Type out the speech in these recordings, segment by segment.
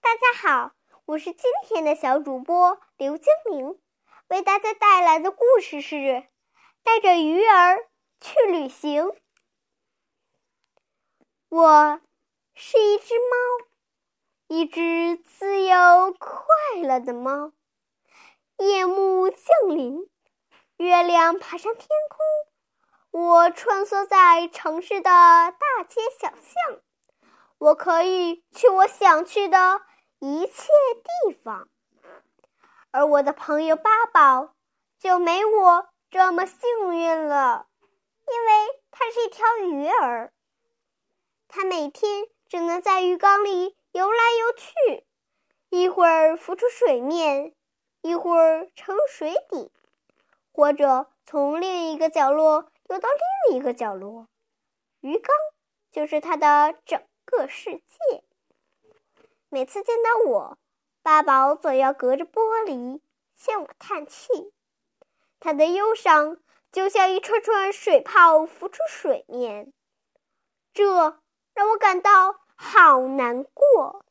大家好，我是今天的小主播刘精灵，为大家带来的故事是带着鱼儿去旅行。我是一只猫，一只自由快乐的猫。夜幕降临，月亮爬上天空，我穿梭在城市的大街小巷，我可以去我想去的一切地方。而我的朋友八宝就没我这么幸运了，因为他是一条鱼儿。他每天只能在鱼缸里游来游去，一会儿浮出水面，一会儿沉水底，或者从另一个角落游到另一个角落。鱼缸就是他的整个世界。每次见到我，八宝总要隔着玻璃向我叹气，他的忧伤就像一串串水泡浮出水面，这让我感到好难过。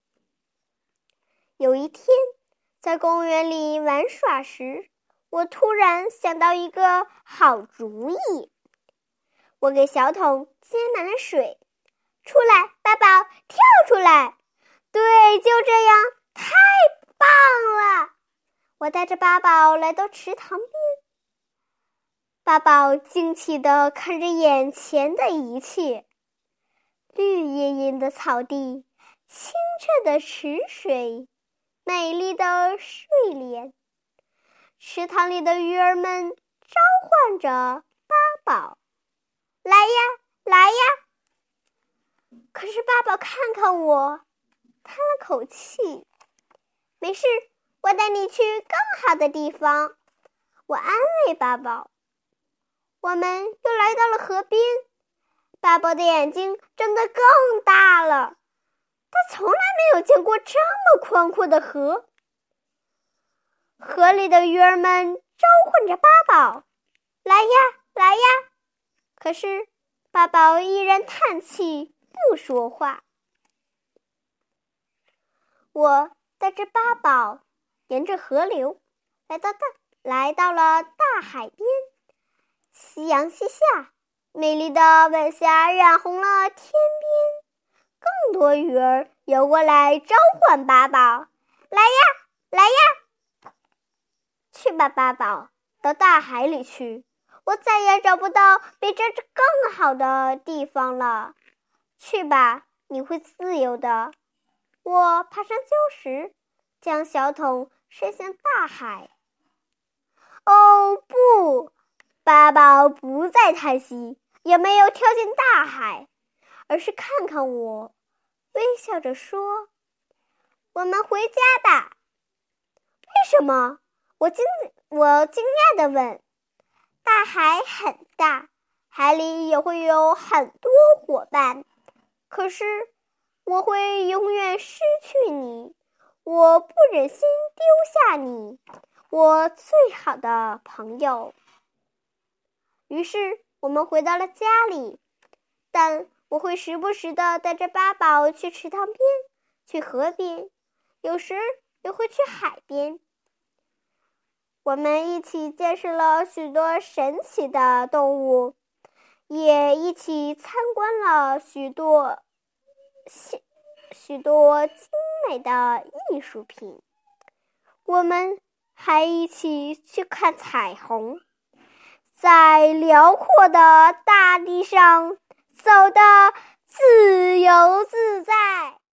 有一天，在公园里玩耍时，我突然想到一个好主意。我给小桶接满了水，出来，八宝，跳出来！对，就这样，太棒了！我带着八宝来到池塘边，八宝惊奇地看着眼前的一切：绿茵茵的草地，清澈的池水，美丽的睡莲。池塘里的鱼儿们召唤着八宝：来呀，来呀！可是八宝看看我，叹了口气：没事，我带你去更好的地方。我安慰八宝。我们又来到了河边，八宝的眼睛睁得更大了，他从来没有见过这么宽阔的河。河里的鱼儿们召唤着八宝：来呀，来呀！可是八宝依然叹气，不说话。我带着八宝沿着河流来到了大海边。夕阳西下，美丽的晚霞染红了天边，更多鱼儿游过来召唤八宝：来呀，来呀！去吧，八宝，到大海里去，我再也找不到比这更好的地方了。去吧，你会自由的。我爬上礁石，将小桶伸向大海。哦，不！八宝不再叹息，也没有跳进大海，而是看看我，微笑着说：我们回家吧。为什么？我惊讶地问。大海很大，海里也会有很多伙伴，可是我会永远失去你，我不忍心丢下你，我最好的朋友。于是我们回到了家里，但我会时不时地带着八宝去池塘边，去河边，有时也会去海边。我们一起见识了许多神奇的动物，也一起参观了许多精美的艺术品。我们还一起去看彩虹，在辽阔的大地上走得自由自在。